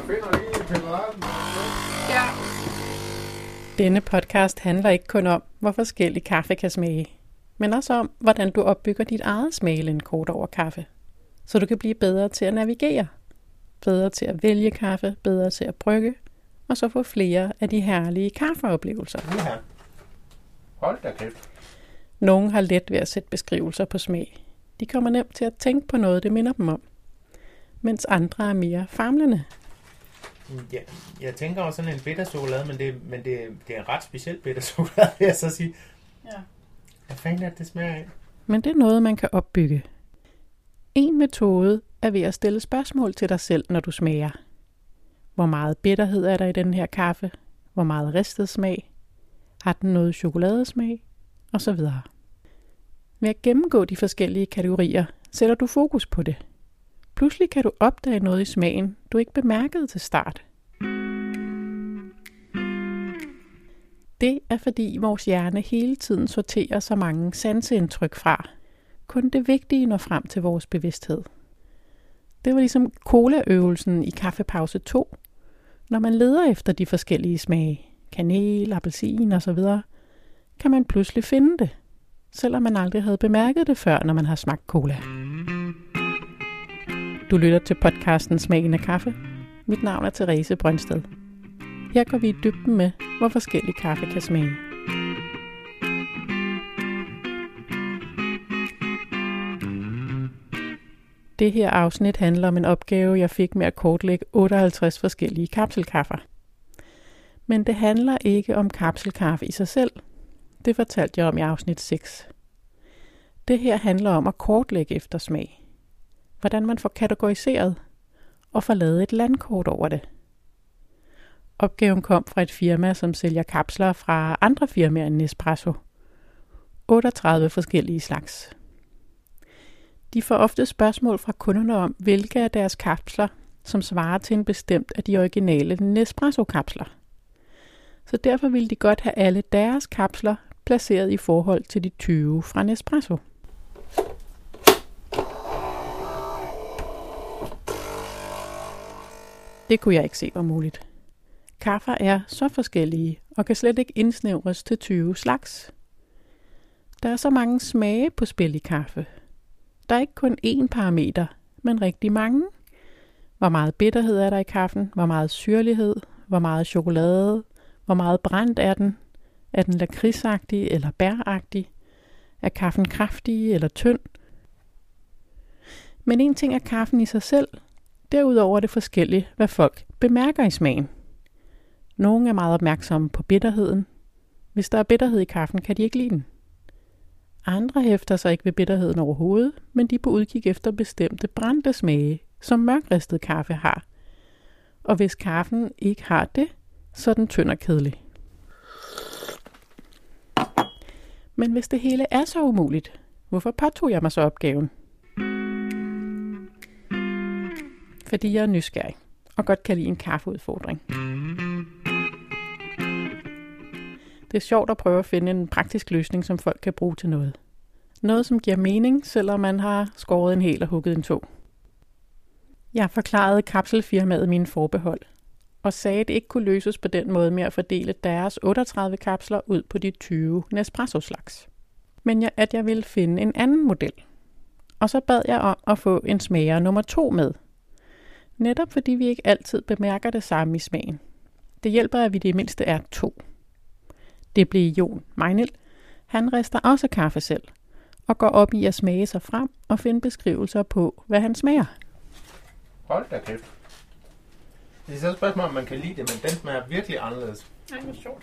finder lige pilleraden. Ja. Denne podcast handler ikke kun om, hvor forskellig kaffe kan smage, men også om, hvordan du opbygger dit eget smagelindkort over kaffe, så du kan blive bedre til at navigere, bedre til at vælge kaffe, bedre til at brygge, og så få flere af de herlige kaffeoplevelser. Ja. Hold da kæft. Nogle har let ved at sætte beskrivelser på smag. De kommer nemt til at tænke på noget, det minder dem om, mens andre er mere famlende. Ja, jeg tænker også sådan en bitterchokolade, men det er ret specielt bitterchokolade, vil jeg så sige. Ja. Hvad fanden er det smager af? Men det er noget, man kan opbygge. En metode er ved at stille spørgsmål til dig selv, når du smager. Hvor meget bitterhed er der i den her kaffe? Hvor meget ristet smag? Har den noget chokoladesmag? Og så videre. Ved at gennemgå de forskellige kategorier, sætter du fokus på det. Pludselig kan du opdage noget i smagen, du ikke bemærkede til start. Det er fordi vores hjerne hele tiden sorterer så mange sanseindtryk fra. Kun det vigtige når frem til vores bevidsthed. Det var ligesom colaøvelsen i kaffepause 2. Når man leder efter de forskellige smage, kanel, appelsin osv., kan man pludselig finde det, selvom man aldrig havde bemærket det før, når man har smagt cola. Du lytter til podcasten Smagen af kaffe. Mit navn er Therese Brøndsted. Her går vi i dybden med, hvor forskellig kaffe kan smage. Det her afsnit handler om en opgave, jeg fik med at kortlægge 58 forskellige kapselkaffer. Men det handler ikke om kapselkaffe i sig selv. Det fortalte jeg om i afsnit 6. Det her handler om at kortlægge efter smag. Hvordan man får kategoriseret og får lavet et landkort over det. Opgaven kom fra et firma, som sælger kapsler fra andre firmaer end Nespresso. 38 forskellige slags. De får ofte spørgsmål fra kunderne om, hvilke af deres kapsler, som svarer til en bestemt af de originale Nespresso-kapsler. Så derfor ville de godt have alle deres kapsler placeret i forhold til de 20 fra Nespresso. Det kunne jeg ikke se var muligt. Kaffer er så forskellige og kan slet ikke indsnævres til 20 slags. Der er så mange smage på spil i kaffe. Der er ikke kun én parameter, men rigtig mange. Hvor meget bitterhed er der i kaffen? Hvor meget syrlighed? Hvor meget chokolade? Hvor meget brændt er den? Er den lakridsagtig eller bæragtig? Er kaffen kraftig eller tynd? Men en ting er kaffen i sig selv. Derudover er det forskelligt, hvad folk bemærker i smagen. Nogle er meget opmærksomme på bitterheden. Hvis der er bitterhed i kaffen, kan de ikke lide den. Andre hæfter sig ikke ved bitterheden overhovedet, men de er på udkig efter bestemte brændte smage, som mørkristet kaffe har. Og hvis kaffen ikke har det, så er den tynd og kedelig. Men hvis det hele er så umuligt, hvorfor påtog jeg mig så opgaven? Fordi jeg er nysgerrig og godt kan lide en kaffeudfordring. Det er sjovt at prøve at finde en praktisk løsning, som folk kan bruge til noget. Noget, som giver mening, selvom man har skåret en hel og hugget en tå. Jeg forklarede kapselfirmaet mine forbehold, og sagde, at det ikke kunne løses på den måde med at fordele deres 38 kapsler ud på de 20 Nespresso-slags. Men at jeg ville finde en anden model. Og så bad jeg om at få en smager nummer 2 med. Netop fordi vi ikke altid bemærker det samme i smagen. Det hjælper, at vi det mindste er 2. Det blev Jon Meinel. Han rister også kaffe selv, og går op i at smage sig frem og finde beskrivelser på, hvad han smager. Hold da kæft. Det er så et spørgsmål, om man kan lide det, men den smager virkelig anderledes. Nej, det er sjovt.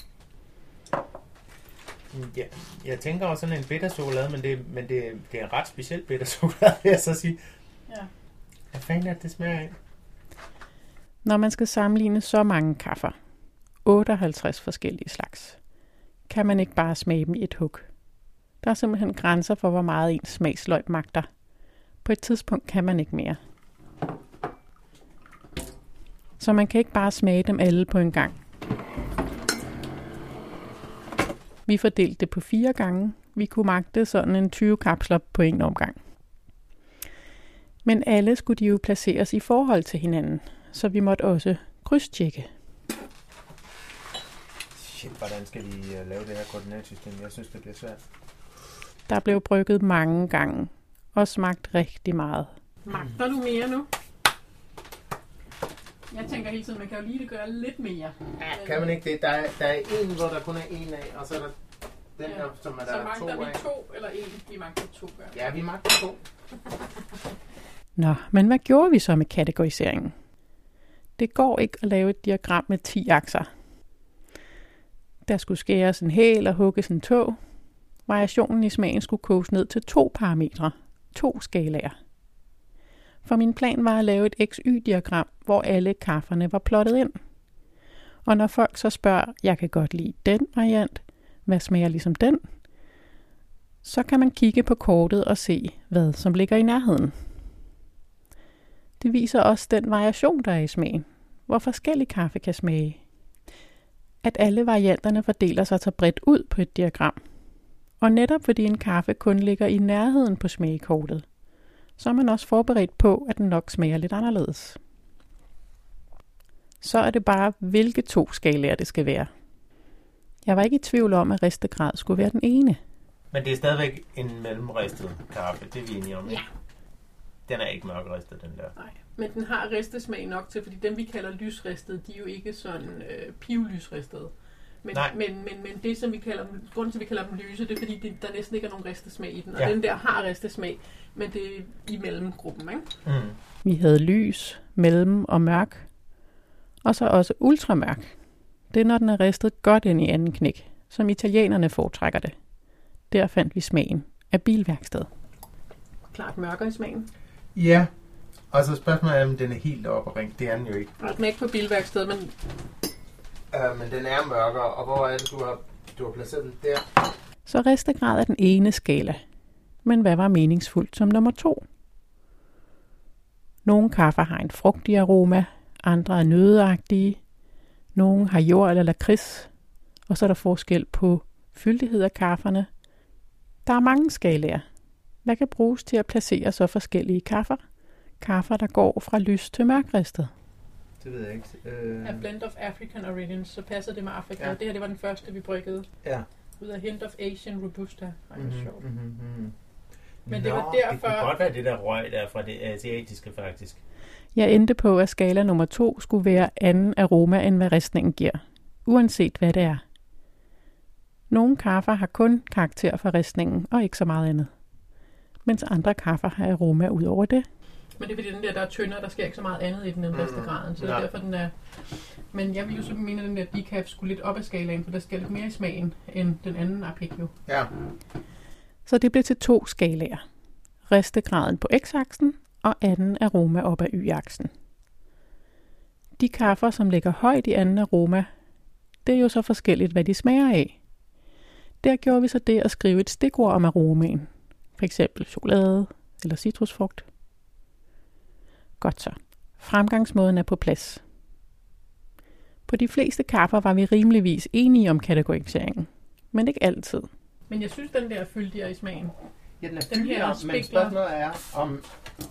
Ja, jeg tænker også sådan en bitterchokolade, men det er ret specielt bitterchokolade, vil jeg så sige. Ja. Hvad fanden er det smager af? Når man skal sammenligne så mange kaffer, 58 forskellige slags, kan man ikke bare smage dem i et hug. Der er simpelthen grænser for, hvor meget ens smagsløg magter. På et tidspunkt kan man ikke mere. Så man kan ikke bare smage dem alle på en gang. Vi fordelte det på 4 gange. Vi kunne magte sådan en 20 kapsler på en omgang. Men alle skulle de jo placeres i forhold til hinanden, så vi måtte også krydstjekke. Shit, hvordan skal vi lave det her koordinatsystem? Jeg synes, det bliver svært. Der blev brygget mange gange og smagt rigtig meget. Magter du mere nu? Jeg tænker hele tiden, man kan jo lige gøre lidt mere. Ja, kan man ikke det? Der er en, hvor der kun er en af, og så er der den der, som er der to af. Så magter vi 2 eller 1? Vi magter 2. Ja, vi magter 2. Nå, men hvad gjorde vi så med kategoriseringen? Det går ikke at lave et diagram med 10 akser. Der skulle skæres en hæl og hugges en tå. Variationen i smagen skulle koges ned til 2 parametre, 2 skalaer. For min plan var at lave et XY-diagram, hvor alle kafferne var plottet ind. Og når folk så spørger, jeg kan godt lide den variant, hvad smager ligesom den, så kan man kigge på kortet og se, hvad som ligger i nærheden. Det viser også den variation, der er i smagen, hvor forskellig kaffe kan smage. At alle varianterne fordeler sig så bredt ud på et diagram. Og netop fordi en kaffe kun ligger i nærheden på smagekortet, så er man også forberedt på, at den nok smager lidt anderledes. Så er det bare, hvilke 2 skalaer det skal være. Jeg var ikke i tvivl om, at ristegrad skulle være den ene. Men det er stadigvæk en mellemristet kaffe, det er vi enige om, ikke? Ja. Den er ikke mørkristet, den der. Nej, men den har ristesmag nok til, fordi dem vi kalder lysristede, de er jo ikke sådan pivlysristede. Men det, som vi kalder dem, grunden til, at vi kalder dem lyse, det er, fordi der næsten ikke er nogen ristesmag i den. Og den der har ristesmag, men det er i mellemgruppen, ikke? Mm. Vi havde lys, mellem og mørk. Og så også ultramørk. Det er, når den er ristet godt ind i anden knæk, som italienerne foretrækker det. Der fandt vi smagen af bilværksted. Klart mørkere i smagen. Ja, og så spørgsmålet er, om den er helt oppe og ring. Det er den jo ikke. Den er ikke på bilværksted, men... men den er mørkere, og hvor er det, du har placeret den der? Så ristegrad er den ene skala. Men hvad var meningsfuldt som nummer 2? Nogle kaffer har en frugtig aroma, andre er nøddeagtige, nogle har jord eller lakrids, og så er der forskel på fyldighed af kafferne. Der er mange skalaer. Hvad kan bruges til at placere så forskellige kaffer? Kaffer, der går fra lys til mørkristet. Det ved jeg ikke. A blend of African origins, så passer det med Afrika. Ja. Det her, det var den første, vi bryggede. Ja. Ud af Hint of Asian Robusta. Sjovt. Men det var derfor... Det kunne godt være det der røg der fra det asiatiske, faktisk. Jeg endte på, at skala nummer 2 skulle være anden aroma, end hvad ristningen giver. Uanset hvad det er. Nogle kaffer har kun karakter fra ristningen, og ikke så meget andet. Mens andre kaffer har aroma ud over det. Men det er fordi, der er tyndere, der sker ikke så meget andet i den end ristegraden. Så det er derfor, den er... Men jeg vil jo så mene, at den der decaf skulle lidt op ad skalaen, for der skal lidt mere i smagen, end den anden arpeggio. Ja. Så det blev til 2 skalaer. Ristegraden på x-aksen, og anden aroma op ad y-aksen. De kaffer, som ligger højt i anden aroma, det er jo så forskelligt, hvad de smager af. Der gjorde vi så det at skrive et stikord om aromaen. For eksempel chokolade eller citrusfrugt. Godt så. Fremgangsmåden er på plads. På de fleste kaffer var vi rimeligvis enige om kategoriseringen, men ikke altid. Men jeg synes, den der er fyldigere i smagen. Ja, den er fyldigere, men spørgsmålet er om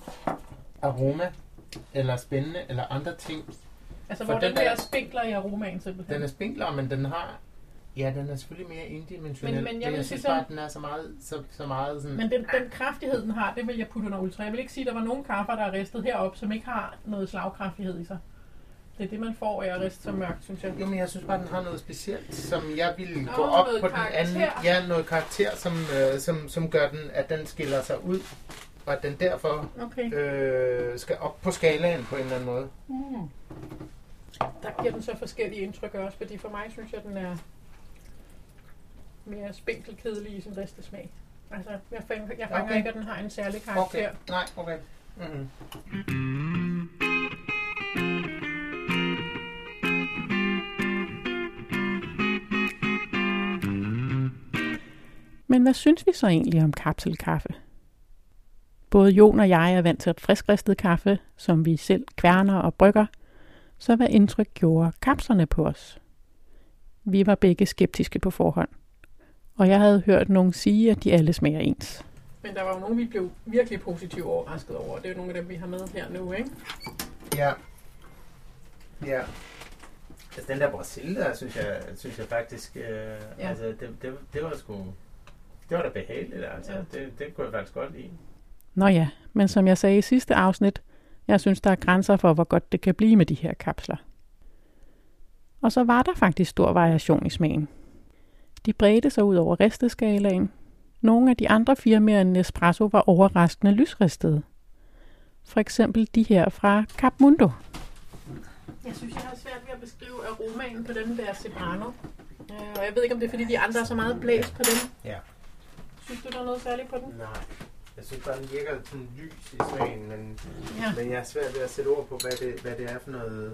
aroma eller spændende eller andre ting. Altså, hvor den der spinkler i aromaen simpelthen. Den er spinkler, men den har... Ja, den er selvfølgelig mere indimensionel. Men jeg synes bare, at den er så meget sådan... Men den kraftighed, den har, det vil jeg putte under ultra. Jeg vil ikke sige, at der var nogle kaffer, der er ristet heroppe, som ikke har noget slagkraftighed i sig. Det er det, man får af at riste så mørkt, synes jeg. Jo, men jeg synes bare, den har noget specielt, som jeg ville gå op på den anden... Ja, noget karakter, som gør den, at den skiller sig ud. Og at den derfor skal op på skalaen på en eller anden måde. Mm. Der giver den så forskellige indtryk også, fordi for mig synes jeg, den er mere spinkelkedelig i sin ristesmag. Altså, jeg fanger ikke, at den har en særlig karakter. Okay. Nej, okay. Mm-hmm. Men hvad synes vi så egentlig om kapselkaffe? Både Jon og jeg er vant til et friskristet kaffe, som vi selv kværner og brygger. Så hvad indtryk gjorde kapslerne på os? Vi var begge skeptiske på forhånd. Og jeg havde hørt nogen sige, at de alle smager ens. Men der var jo nogen, vi blev virkelig positivt overrasket over. Det er jo nogle af dem, vi har med her nu, ikke? Ja. Ja. Altså den der Brasil der, synes jeg faktisk, altså det var sgu, det var da behageligt, altså. Ja. Det kunne jeg faktisk godt lide. Nå ja, men som jeg sagde i sidste afsnit, jeg synes, der er grænser for, hvor godt det kan blive med de her kapsler. Og så var der faktisk stor variation i smagen. De bredte sig ud over risteskalaen. Nogle af de andre firmaer end Nespresso var overraskende lysristede. For eksempel de her fra Cap Mundo. Jeg synes, jeg har svært ved at beskrive aromaen på den der Cebrano. Og jeg ved ikke, om det er, fordi de andre er så meget blæst på den. Ja. Synes du, der er noget særligt på den? Nej. Jeg synes bare, den virker sådan lys i smagen, men jeg er svært ved at sætte ord på, hvad det er for noget.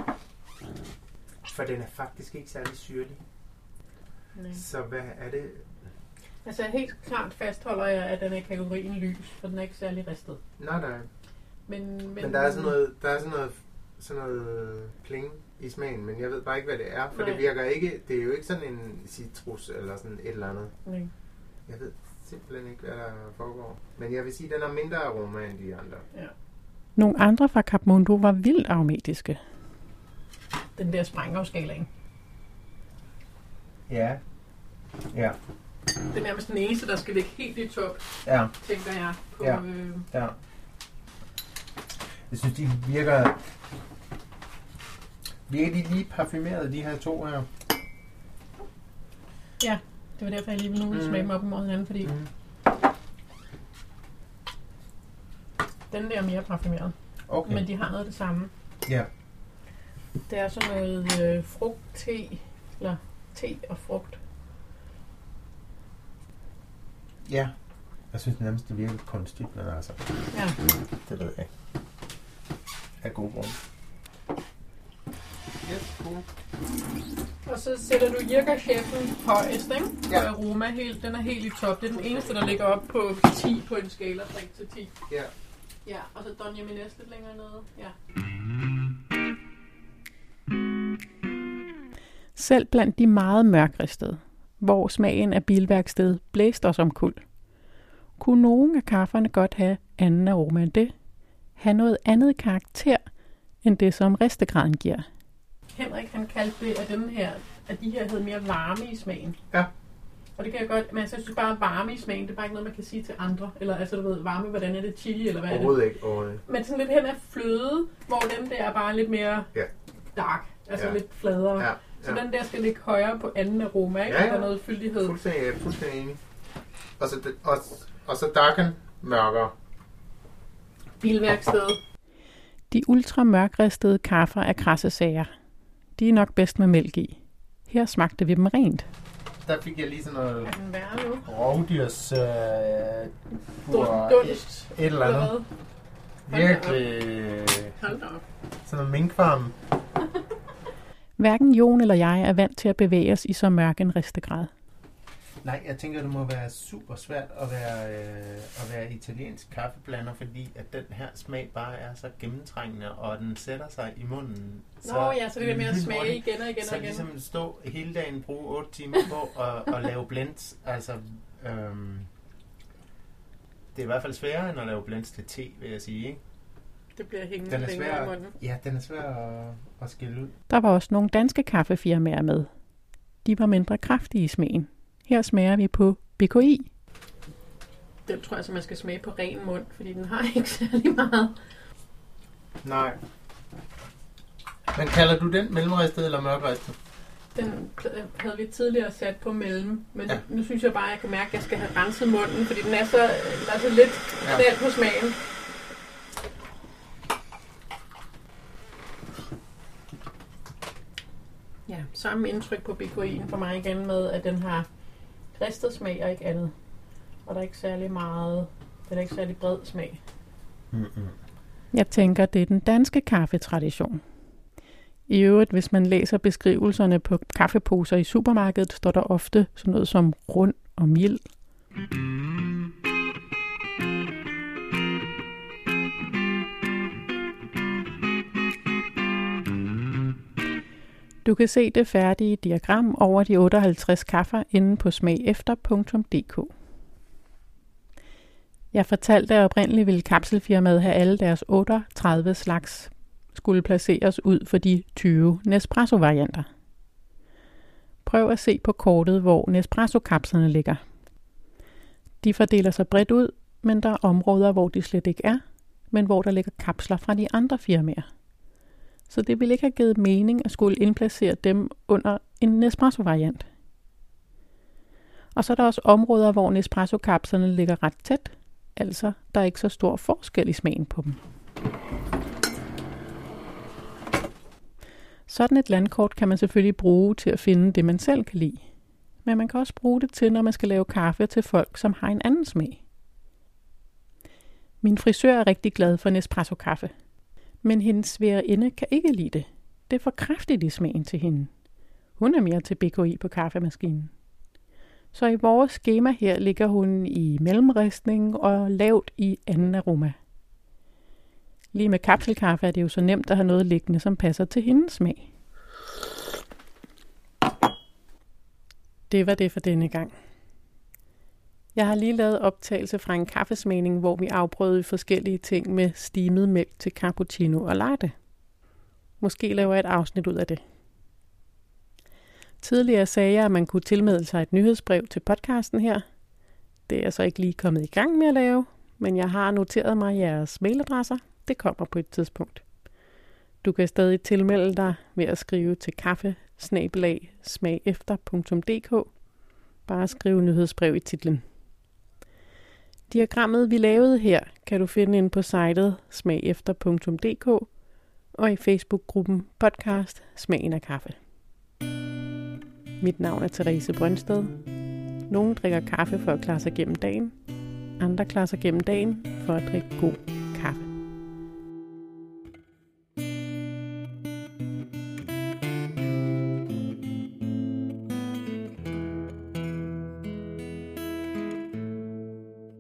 For den er faktisk ikke særlig syrlig. Nej. Så hvad er det? Altså helt klart fastholder jeg, at den er kategorien lys, for den er ikke særlig ristet. Nej. Men der er sådan noget pling i smagen, men jeg ved bare ikke, hvad det er, for det virker ikke, det er jo ikke sådan en citrus eller sådan et eller andet. Nej. Jeg ved simpelthen ikke, hvad der foregår. Men jeg vil sige, at den har mindre aroma end de andre. Ja. Nogle andre fra Cap Mundo var vildt aromatiske. Den der sprængafskalaen. Ja. Ja. Det er nærmest den eneste, der skal ligge helt i top, tænker jeg. På, ja. Jeg synes, de virker de lige parfumeret, de her to her? Ja, det var derfor, jeg lige ville smage dem op imod hinanden, fordi den der er mere parfumeret. Okay. Men de har noget af det samme. Ja. Det er sådan noget frugt-te, eller te og frugt. Ja. Jeg synes nærmest, det virker kunstigt, men altså. Ja. Det ved jeg ikke. Af god grund. Yes, cool. Og så sætter du Jirka-chefen højest, ikke? Ja. Aroma helt, den er helt i top. Det er den eneste, der ligger op på 10 på en skala, 3-10. Ja. Ja, og så Doña Minés lidt længere nede. Ja. Selv blandt de meget mørkristede, hvor smagen af bilværksted blæste os omkuld, kunne nogle af kafferne godt have anden aroma end det, have noget andet karakter end det, som ristegraden giver. Henrik, han kaldte det, at de her havde mere varme i smagen. Ja. Og det kan jeg godt, men jeg synes bare, varme i smagen, det er bare ikke noget, man kan sige til andre. Eller altså, du ved, varme, hvordan er det, chili, eller hvad er det? Overhovedet ikke. Overhovedet. Men sådan lidt hen af fløde, hvor den der er bare lidt mere dark, altså lidt fladere. Ja. Så den der skal ligge højere på anden aroma, ikke? Ja, ja. Der er noget fyldighed. Fuldstændig enig. Og så darken mørkere. Bilværksted. De ultra mørkristede kaffer er krasse sager. De er nok bedst med mælk i. Her smagte vi dem rent. Der fik jeg lige sådan noget rovdyrs dunst. Et eller andet. Virkelig sådan noget minkfarm. Hverken Jon eller jeg er vant til at bevæge os i så mørk en ristegrad. Nej, jeg tænker, det må være super svært at være italiensk kaffeblander, fordi at den her smag bare er så gennemtrængende, og den sætter sig i munden. Så det er mere at smage igen og igen. Så ligesom stå hele dagen, bruge 8 timer på at lave blends. Altså, det er i hvert fald sværere end at lave blends til te, vil jeg sige, ikke? Det bliver hængende længere i munden. Ja, den er svær at skille ud. Der var også nogle danske kaffefirmaer med. De var mindre kraftige i smagen. Her smager vi på BKI. Den tror jeg, så man skal smage på ren mund, fordi den har ikke særlig meget. Nej. Men kalder du den mellemristet eller mørkristet? Den havde vi tidligere sat på mellem, men nu synes jeg bare, at jeg kan mærke, at jeg skal have renset munden, fordi den er så lidt knald på smagen. Ja, samme indtryk på BKI'en for mig igen med, at den har ristet smag og ikke andet. Og der er ikke særlig meget, den er ikke særlig bred smag. Mm-hmm. Jeg tænker, det er den danske kaffetradition. I øvrigt, hvis man læser beskrivelserne på kaffeposer i supermarkedet, står der ofte sådan noget som rund og mild. Du kan se det færdige diagram over de 58 kaffer inde på smagefter.dk. Jeg fortalte, at oprindeligt ville kapselfirmaet have alle deres 38 slags skulle placeres ud for de 20 Nespresso-varianter. Prøv at se på kortet, hvor Nespresso-kapslerne ligger. De fordeler sig bredt ud, men der er områder, hvor de slet ikke er, men hvor der ligger kapsler fra de andre firmaer. Så det ville ikke have givet mening at skulle indplacere dem under en Nespresso-variant. Og så er der også områder, hvor Nespresso-kapslerne ligger ret tæt, altså der er ikke så stor forskel i smagen på dem. Sådan et landkort kan man selvfølgelig bruge til at finde det, man selv kan lide. Men man kan også bruge det til, når man skal lave kaffe til folk, som har en anden smag. Min frisør er rigtig glad for Nespresso-kaffe. Men hendes svigerinde kan ikke lide det. Det er for kraftigt i smagen til hende. Hun er mere til BKI på kaffemaskinen. Så i vores skema her ligger hun i mellemristning og lavt i anden aroma. Lige med kapselkaffe er det jo så nemt at have noget liggende, som passer til hendes smag. Det var det for denne gang. Jeg har lige lavet optagelse fra en kaffesmagning, hvor vi afprøvede forskellige ting med stimet mælk til cappuccino og latte. Måske laver jeg et afsnit ud af det. Tidligere sagde jeg, at man kunne tilmelde sig et nyhedsbrev til podcasten her. Det er jeg så ikke lige kommet i gang med at lave, men jeg har noteret mig jeres mailadresser. Det kommer på et tidspunkt. Du kan stadig tilmelde dig ved at skrive til kaffe@smagefter.dk. Bare skriv nyhedsbrev i titlen. Diagrammet, vi lavede her, kan du finde inde på sitet smagefter.dk og i Facebook-gruppen podcast Smagen af kaffe. Mit navn er Therese Brøndsted. Nogle drikker kaffe for at klare sig gennem dagen. Andre klarer sig gennem dagen for at drikke god